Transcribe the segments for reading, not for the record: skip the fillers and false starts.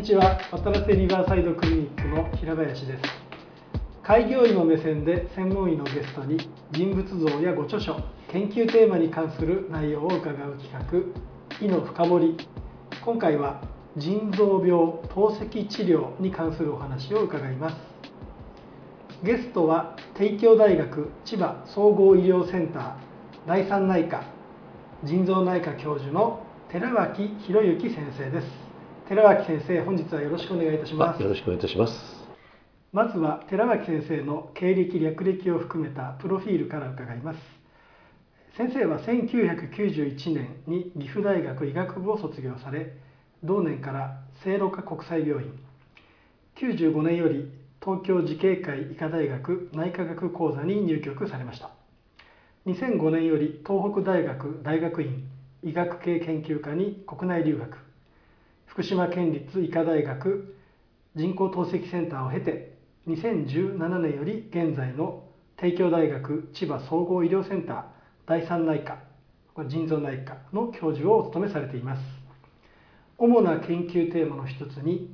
にちは。渡良瀬リバーサイドクリニックの平林です。開業医の目線で専門医のゲストに人物像やご著書、研究テーマに関する内容を伺う企画、医の深掘り。今回は腎臓病透析治療に関するお話を伺います。ゲストは帝京大学千葉総合医療センター第三内科腎臓内科教授の寺脇博之先生です。寺脇先生、本日はよろしくお願いいたします。 よろしくお願いいたします。 まずは寺脇先生の経歴略歴を含めたプロフィールから伺います。先生は1991年に岐阜大学医学部を卒業され、同年から聖路加国際病院、95年より東京慈恵会医科大学内科学講座に入局されました。2005年より東北大学大学院医学系研究科に国内留学、福島県立医科大学人工透析センターを経て、2017年より現在の帝京大学千葉総合医療センター第三内科腎臓内科の教授をお務めされています。主な研究テーマの一つに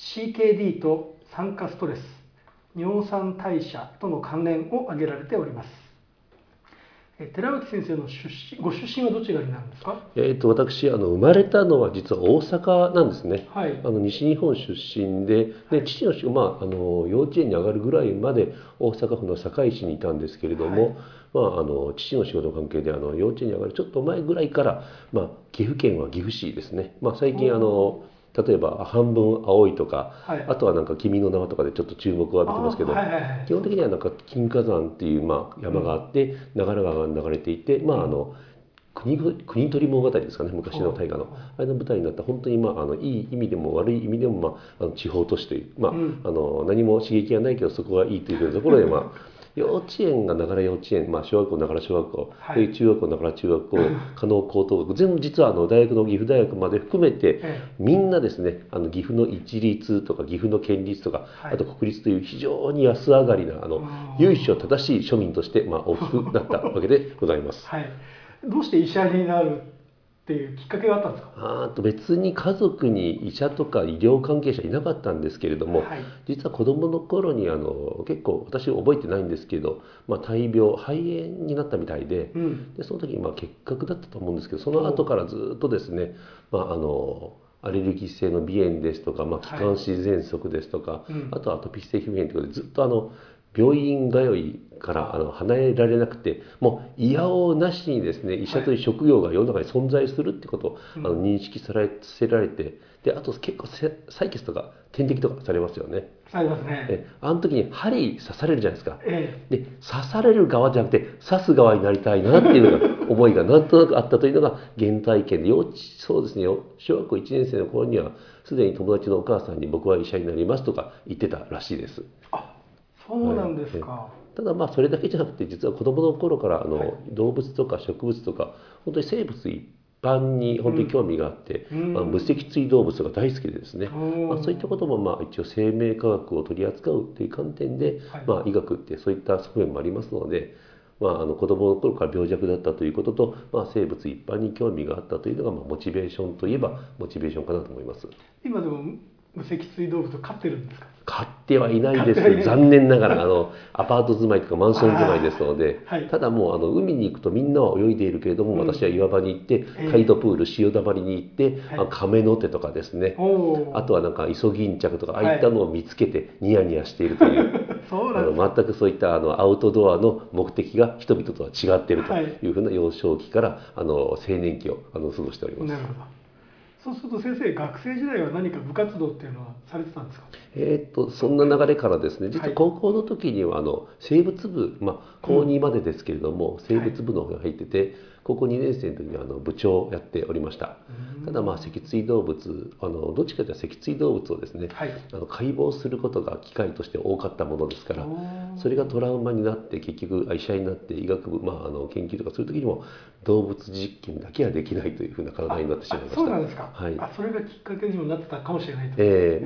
CKD と酸化ストレス、尿酸代謝との関連を挙げられております。寺脇先生のご出身はどちらになるんですか？ 私生まれたのは実は大阪なんですね。 はい、 西日本出身で、父の仕事、幼稚園に上がるぐらいまで大阪府の堺市にいたんですけれども、父の仕事関係で幼稚園に上がるちょっと前ぐらいから、岐阜県は岐阜市ですね。最近例えば半分青いとか、あとはなんか君の名はとかでちょっと注目を浴びてますけど、基本的にはなんか金華山っていう山があって、長良川が流れていて、国取物語ですかね、昔の大河のあれの舞台になった、本当にいい意味でも悪い意味でも地方都市という、何も刺激がないけどそこがいいというところで幼稚園が長良幼稚園、小学校長良小学校、中学校長良中学校、加納高等学、全部実は大学の岐阜大学まで含めて、みんなですね、岐阜の一律とか岐阜の県立とか、あと国立という非常に安上がりな由緒正しい庶民として大きくなったわけでございます。 どうして医者になるっていうきっかけがあったんですか？ 別に家族に医者とか医療関係者いなかったんですけれども、実は子どもの頃に結構私覚えてないんですけど、大病肺炎になったみたいで、その時に結核だったと思うんですけど、その後からずっとですね、アレルギー性の鼻炎ですとか、気管支喘息ですとか、あとはアトピー性皮膚炎ということでずっと病院通いから離れられなくて、もういやおうなしにですね、医者という職業が世の中に存在するってことを認識させられて、であと結構採血とか点滴とかされますよね。 されますね。 あの時に針刺されるじゃないですか。で刺される側じゃなくて刺す側になりたいなっていうのが思いがなんとなくあったというのが原体験で、そうですね、小学校1年生の頃にはすでに友達のお母さんに僕は医者になりますとか言ってたらしいです。 そうなんですか。 ただそれだけじゃなくて、実は子どもの頃から動物とか植物とか本当に生物一般に本当に興味があって、無脊椎動物が大好きでですね、そういったことも一応生命科学を取り扱うという観点で、医学ってそういった側面もありますので、子どもの頃から病弱だったということと、生物一般に興味があったというのが、モチベーションといえばモチベーションかなと思います。 今でも無脊椎動物を飼ってるんですか？ 飼ってはいないです。残念ながらアパート住まいとかマンション住まいですので、ただもう海に行くとみんなは泳いでいるけれども、私は岩場に行ってタイドプール、潮だまりに行って、亀の手とかですね、あとはなんかイソギンチャクとかああいったのを見つけてニヤニヤしているという全くそういったアウトドアの目的が人々とは違っているというふうな幼少期から青年期を過ごしております。 なるほど。そうすると先生、学生時代は何か部活動っていうのはされてたんですか？ そんな流れからですね、実は高校の時には生物部、高2までですけれども、生物部の方が入ってて、高校2年生の時には部長をやっておりました。ただ脊椎動物、どっちかというと脊椎動物をですね、解剖することが機会として多かったものですから、それがトラウマになって結局医者になって医学部、研究とかする時にも動物実験だけはできないというふうな体になってしまいました。 そうなんですか。それがきっかけにもなってたかもしれないと。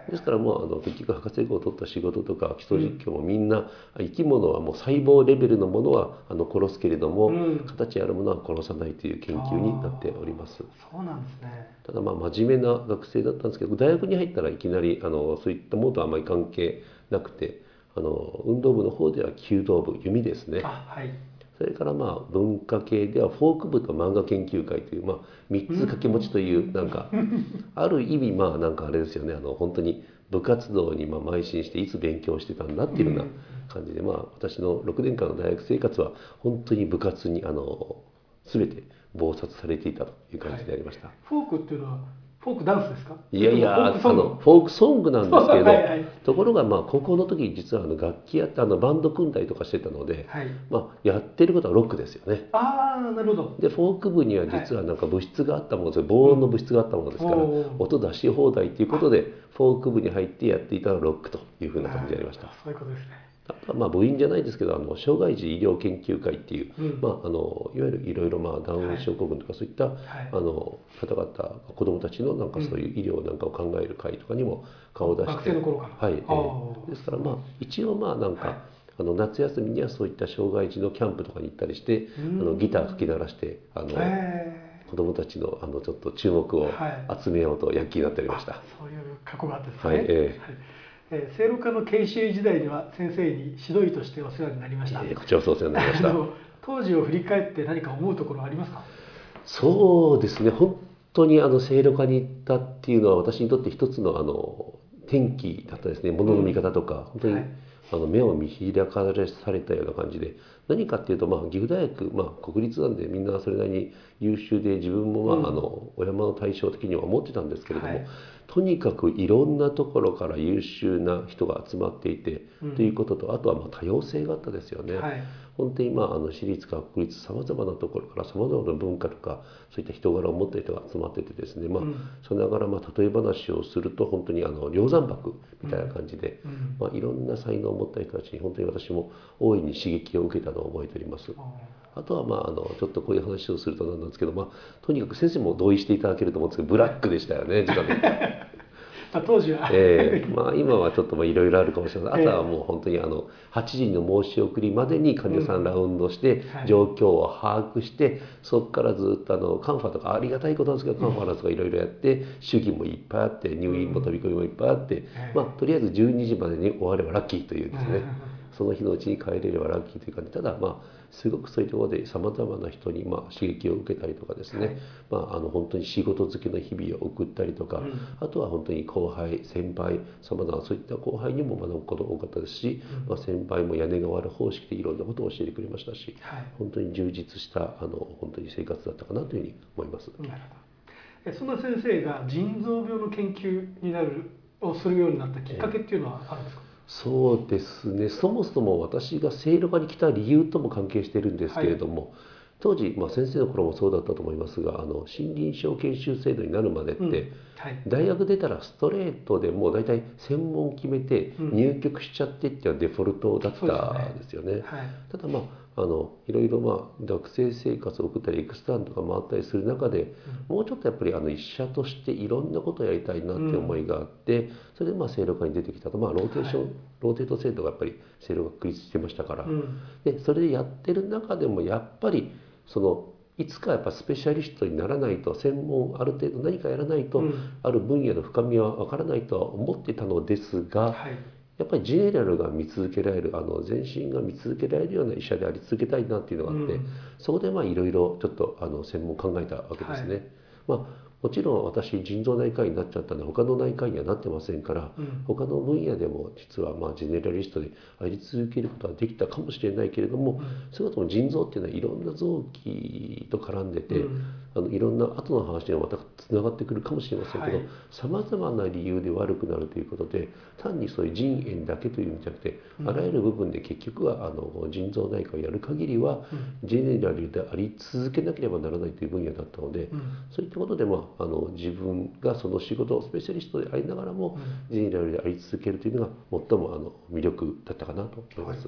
ですからもう結局博士号を取った仕事とか基礎実験もみんな、生き物はもう細胞レベルのものは殺すけれども、形あるものは殺さないという研究になっております。 そうなんですね。 ただ真面目な学生だったんですけど、大学に入ったらいきなりそういったものとはあまり関係なくて、運動部の方では弓道部、弓ですね。 はい。 それから文化系ではフォーク部と漫画研究会という、3つ掛け持ちというなんかある意味なんかあれですよね、本当に部活動に邁進していつ勉強してたんだっていうような感じで、私の6年間の大学生活は本当に部活に全て忙殺されていたという感じでありました。 フォークっていうのはフォークダンスですか？ いやいや、フォークソングなんですけど、ところが高校の時に実は楽器やってバンド組んだりとかしてたので、やってることはロックですよね。 なるほど。 でフォーク部には実はなんか部室があったものです、防音の部室があったものですから、音出し放題ということでフォーク部に入ってやっていたのはロックというふうな感じでありました。 そういうことですね。 あとは部員じゃないですけど障害児医療研究会っていう、いわゆるいろいろダウン症候群とかそういった、方々子どもたちのなんかそういう医療なんかを考える会とかにも顔を出して、 学生の頃から。 ですから一応なんか、夏休みにはそういった障害児のキャンプとかに行ったりして、ギター吹き鳴らして子どもたちのちょっと注目を集めようと躍起になっておりました。 そういう過去があったんですね。聖路加の研修医時代には先生に指導医としてお世話になりました。 こちらこそお世話になりました。 当時を振り返って何か思うところありますか？ そうですね、本当に聖路加に行ったっていうのは私にとって一つの転機だったですね。ものの見方とか、本当に目を見開かされたような感じで、何かっていうと岐阜大学、国立なんでみんなそれなりに優秀で、自分もお山の対照的には思ってたんですけれども、とにかくいろんなところから優秀な人が集まっていて、ということと、あとは多様性があったですよね。本当に私立か国立さまざまなところからさまざまな文化とかそういった人柄を持った人が集まっててですね、それながら例え話をすると本当に梁山泊みたいな感じで、いろんな才能を持った人たちに本当に私も大いに刺激を受けたのを覚えております。あとはちょっとこういう話をするとなんですけど、とにかく先生も同意していただけると思うんですけど、ブラックでしたよね、時間で。 当時は、 今はちょっといろいろあるかもしれない。朝はもう本当に8時の申し送りまでに患者さんラウンドして状況を把握して、そこからずっとカンファとかありがたいことなんですけど、カンファレンスとかいろいろやって手技もいっぱいあって入院も飛び込みもいっぱいあって、とりあえず12時までに終わればラッキーというですね、その日のうちに帰れればラッキーという感じ。ただすごくそういうところでさまざまな人に刺激を受けたりとかですね、本当に仕事漬けの日々を送ったりとか、あとは本当に後輩先輩さまざまなそういった後輩にも学ぶことが多かったですし、先輩も屋根がわる方式でいろんなことを教えてくれましたし、本当に充実した本当に生活だったかなというふうに思います。 なるほど。そんな先生が腎臓病の研究をするようになったきっかけっていうのはあるんですか？ そうですね、そもそも私が聖路加に来た理由とも関係しているんですけれども、当時、先生の頃もそうだったと思いますが、森林床研修制度になるまでって、大学出たらストレートでもう大体専門決めて入局しちゃってっていうのはデフォルトだったんですよね。ただいろいろ学生生活を送ったりエクスターンとか回ったりする中で、もうちょっとやっぱり医者としていろんなことをやりたいなって思いがあって、それで聖路加に出てきたと、ローテート制度がやっぱり聖路加確立してましたから、でそれでやってる中でもやっぱりいつかやっぱスペシャリストにならないと、専門ある程度何かやらないと、ある分野の深みは分からないとは思ってたのですが、やっぱりジェネラルが見続けられる全身が見続けられるような医者であり続けたいなっていうのがあって、そこでいろいろちょっと専門を考えたわけですね。もちろん私腎臓内科医になっちゃったんで他の内科医にはなってませんから、他の分野でも実はジェネラリストであり続けることはできたかもしれないけれども、少なくとも腎臓っていうのはいろんな臓器と絡んでて、いろんな後の話がまたつながってくるかもしれませんけど、さまざまな理由で悪くなるということで、単にそういう腎炎だけというんじゃなくて、あらゆる部分で結局は腎臓内科をやる限りはジェネラルであり続けなければならないという分野だったので、そういったことで自分がその仕事をスペシャリストでありながらもジェネラルであり続けるというのが最も魅力だったかなと思います。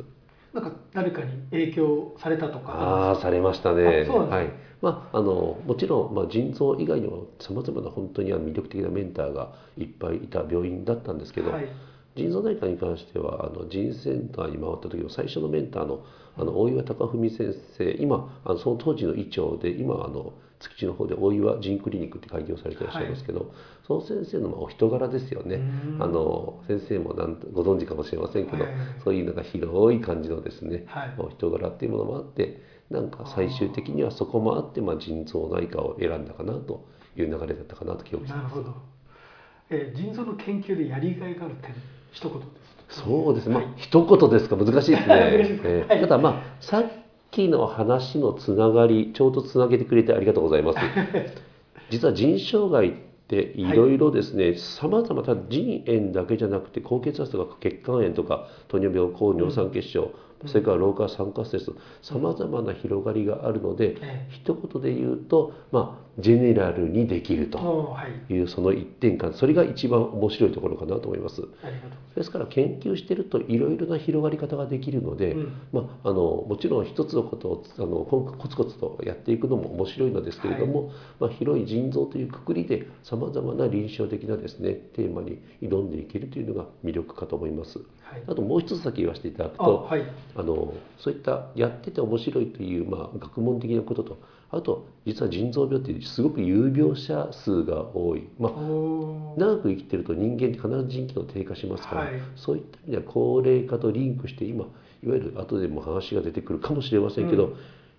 なんか誰かに影響されたとかああ、されましたあ、 ね。 そうなんですか。 はい。もちろん、腎臓以外にもさまざまな本当に魅力的なメンターがいっぱいいた病院だったんですけど、 はい。 腎臓内科に関しては腎センターに回った時の最初のメンターの、 うん。 大岩貴文先生、今その当時の医長で、今築地の方で大岩腎クリニックって開業されていらっしゃはい。 いますけど、その先生のお人柄ですようーね。 ん。 先生もご存知かもしれませんけはい。 ど、そういうなんか広い感じのですね、 はい。 お人柄っていうものもあって、なんか最終的にあはそこもあって、腎臓内科を選んだかなという流れだったかなと記憶あ、 してます。 なるほど。腎臓の研究でやりがいがある点、一言ですとどういう。 そうですね、 はい。 一言ですか、難しいです難しいでね。 すか。はい。 たださっきの話のつながり、ちょうどつなげてくれてありがとうございます。実は腎障害っていはい。 ろいろですね、様々、ただ腎炎だけじゃなくて、高血圧とか血管炎とか糖尿病、高尿うん。 酸血症、 うん。 それから老化酸化接とうん。 様々な広がりがあるので、 え一言で言うと、ジェネラルにできるとはい。 いうその一点感、それが一番面白いところかなと思います。 ありがとうございですから研究してるといろいろな広がり方ができるので、 ます。うん。 もちろん一つのことをコツコツとやっていくのも面白いのですけれはい。 ども、広い腎臓というくくりでさまざまな臨床的なですねテーマに挑んでいけるというのが魅力かと思います。 はい。 あともう一つだけ言わせていただくあ、 と、 はい。 そういったやってて面白いという、学問的なことと、あと実は腎臓病ってすごく有病者数が多い、 おお。 長く生きてると人間って必ず腎機能低下しますから、 はい。 そういった意味では高齢化とリンクして今いわゆる後でも話が出てくるかもしれませんけど、 うん。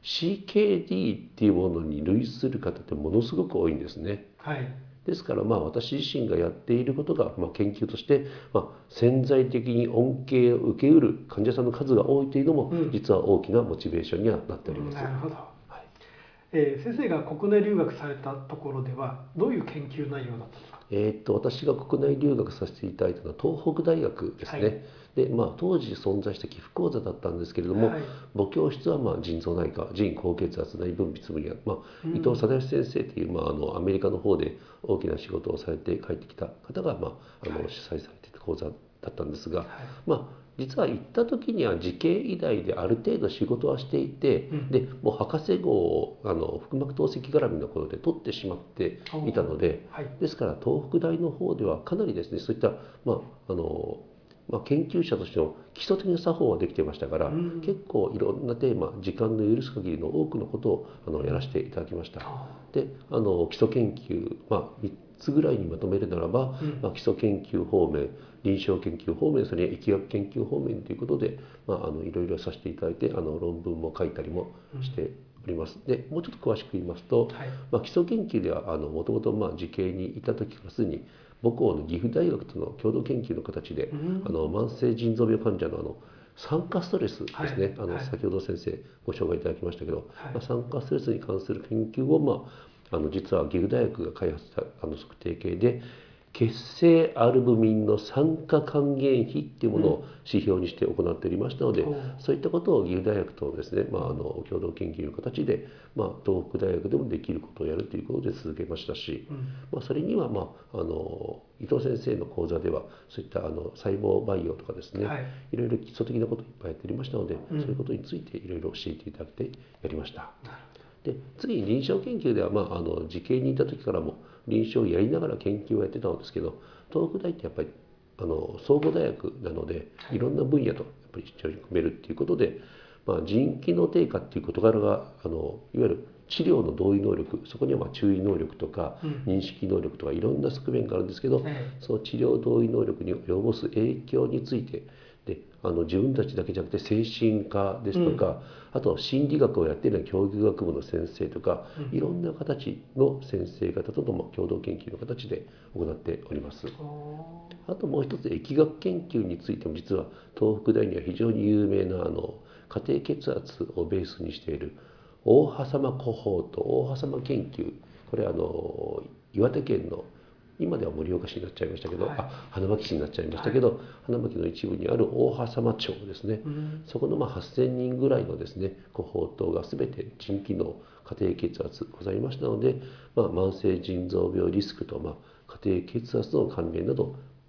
CKD っていうものに類する方ってものすごく多いんですね。 はい。 ですから私自身がやっていることが、研究として、潜在的に恩恵を受けうる患者さんの数が多いというのもうん。 実は大きなモチベーションにはなっております。 なるほど。 はい。 先生が国内留学されたところではどういう研究内容だったんですか。 私が国内留学させていただいたのは東北大学ですはい。 ね。で、当時存在した寄付講座だったんですけれども、 はい。 母教室は腎臓内科、腎高血圧内分泌分野、伊藤うん。 貞義先生という、アメリカの方で大きな仕事をされて帰ってきた方が、 はい。 主催されていた講座だったんですが、 はい。 実は行った時には慈恵医大である程度仕事はしていて、 うん。 でもう博士号を腹膜透析絡みのことで取ってしまっていたので、 はい。 ですから東北大の方ではかなりですね、そういった、研究者としての基礎的な作法はできてましたから、 うん。 結構いろんなテーマ、時間の許す限りの多くのことをやらせていただきました。 あで基礎研究、3つぐらいにまとめるならば、 うん。 基礎研究方面、臨床研究方面、それに疫学研究方面ということで、いろいろさせていただいて論文も書いたりもしております。でもうちょっと詳しく言いますと、 はい。 基礎研究ではもともと慈恵にいた時からすでに母校の岐阜大学との共同研究の形で、 うん。 慢性腎臓病患者の酸化ストレスはい。 ですね、 はい。 先ほど先生ご紹介いただきましたけど、 はい。 酸化ストレスに関する研究を、実は岐阜大学が開発した測定計で、血清アルブミンの酸化還元比っていうものを指標にして行っておりましたので、 おそういったことを岐阜大学とですね、 うん。 共同研究の形で、東北大学でもできることをやるということで続けましたし、 うん。 それには、伊藤先生の講座ではそういった細胞培養とかですね、 はい。 いろいろ基礎的なことをいっぱいやっておりましたので、 うん。 そういうことについていろいろ教えていただいてやりました。 なるで次に臨床研究では、慈恵にいた時からも臨床をやりながら研究をやってたんですけど、東北大ってやっぱり総合大学なので、 はい。 いろんな分野とやっぱり一緒に組めるっていうことで、腎機能低下っていう事柄がいわゆる治療の同意能力、そこには注意能力とかうん。 認識能力とかいろんな側面があるんですけど、 えその治療同意能力に及ぼす影響についてで、自分たちだけじゃなくて精神科でうん。 すとか、あと心理学をやっている教育学部の先生とか、 うん。 いろんな形の先生方との共同研究の形で行っております。 おあともう一つ、疫学研究についても実は東北大には非常に有名な家庭血圧をベースにしている大波様コホート、大波様研究、これ岩手県の今では盛岡市になっちゃいましたけど、 はい。 花巻市になっちゃいましたはい。 けど、花巻の一部にある大波様町ですね、 うん。 そこの8,000人ぐらいのですねコホートが全て腎機能、家庭血圧ございましたので、慢性腎臓病リスクと、家庭血圧の関連など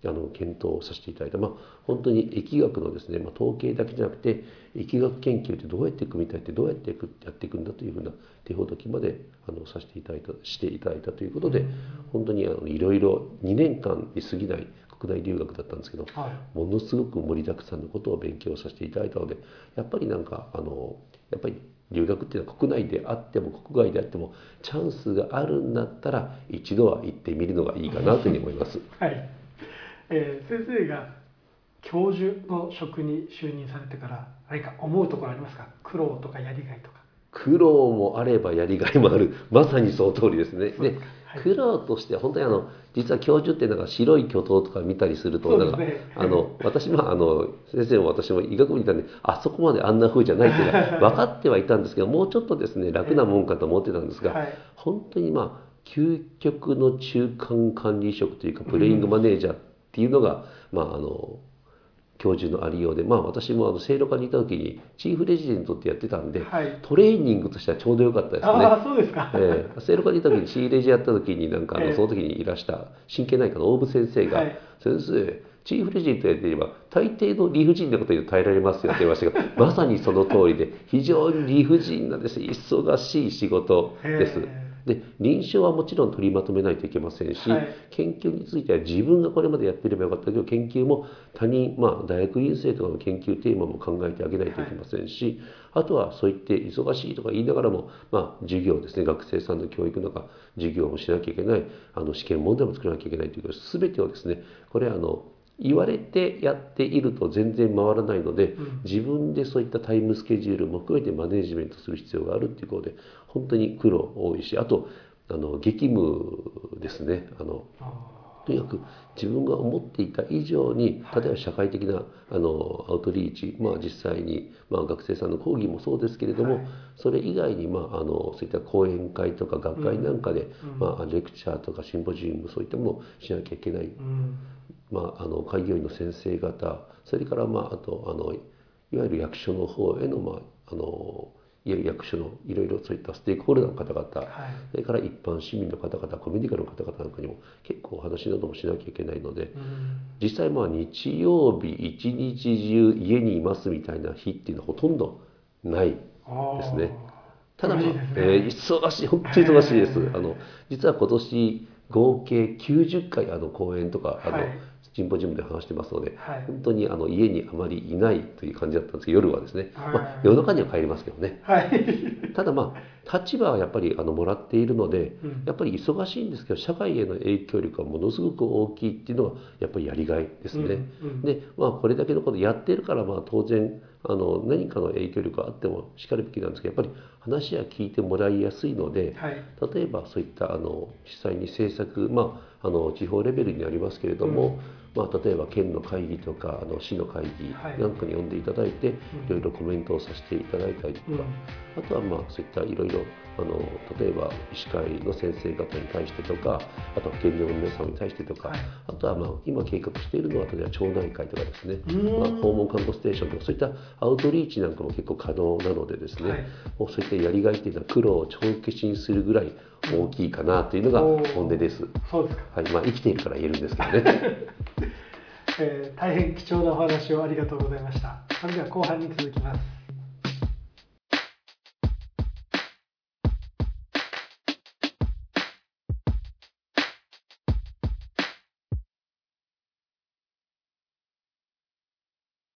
検討させていただいた、本当に疫学のですね、統計だけじゃなくて疫学研究ってどうやって組み立ててどうやってやっていくんだというふうな手ほどきまでさせていただいたしていただいたということで、本当にいろいろ2年間に過ぎない国内留学だったんですけど、ものすごく盛りだくさんのことを勉強させていただいたので、やっぱりやっぱり留学っていうのは国内であっても国外であってもチャンスがあるんだったら一度は行ってみるのがいいかなというふうに思います。 はい。先生が教授の職に就任されてから何か思うところありますか？苦労とかやりがいとか。 苦労もあればやりがいもある、まさにその通りですね。で、苦労としては本当に実は教授って白い巨塔とか見たりすると私も先生も私も医学部にいたんであそこまであんな風じゃないっていうのは分かってはいたんですけど、もうちょっとですね楽なもんかと思ってたんですが、本当に究極の中間管理職というかプレイングマネージャーっていうのが教授のありようで、私も聖路加にいた時にチーフレジデントってやってたんで、トレーニングとしてはちょうどよかったですね。 そうですか。 聖路加にいた時にチーレジやった時にその時にいらした神経内科の大部先生が、先生チーフレジデントやっていれば大抵の理不尽なことに耐えられますよって言いましたがまさにその通りで非常に理不尽なですね忙しい仕事です。で臨床はもちろん取りまとめないといけませんし、研究については自分がこれまでやってればよかったけど研究も他人、大学院生とかの研究テーマも考えてあげないといけませんし、あとはそう言って忙しいとか言いながらも、授業ですね、学生さんの教育とか授業もしなきゃいけない、試験問題も作らなきゃいけないということ、全てをですね、これ言われてやっていると全然回らないので、自分でそういったタイムスケジュールも含めてマネージメントする必要があるっていうことで本当に苦労多いし、あと激務ですね。とにかく自分が思っていた以上に、例えば社会的なアウトリーチ、実際に、学生さんの講義もそうですけれども、それ以外に、そういった講演会とか学会なんかで、レクチャーとかシンポジウムそういったものをしなきゃいけない。開業医の先生方、それからあといわゆる役所の方への役所のいろいろそういったステークホルダーの方々、それから一般市民の方々、コミュニティの方々なんかにも結構お話などもしなきゃいけないので、実際日曜日一日中家にいますみたいな日っていうのはほとんどないですね。ただ忙しい、本当に忙しいです。実は今年合計90回講演とかシンポジウムで話してますので、本当に家にあまりいないという感じだったんですけど、夜はですね、夜中には帰りますけどね、ただ立場はやっぱりもらっているので、やっぱり忙しいんですけど社会への影響力はものすごく大きいっていうのはやっぱりやりがいですね。でこれだけのことやってるから当然何かの影響力があってもしかるべきなんですけど、やっぱり話は聞いてもらいやすいので、例えばそういった実際に政策、地方レベルになりますけれども、例えば県の会議とか市の会議なんかに呼んでいただいて、いろいろコメントをさせていただいたりとか、あとはそういったいろいろ例えば医師会の先生方に対してとか、あとは県民の皆様に対してとか、あとは今計画しているのは例えば町内会とかですね、訪問看護ステーションとかそういったアウトリーチなんかも結構可能なのでですね、もうそういったやりがいというのは苦労を帳消しにするぐらい大きいかなというのが本音です。 そうですか。 生きているから言えるんですけどね。 大変貴重なお話をありがとうございました。それでは後半に続きます。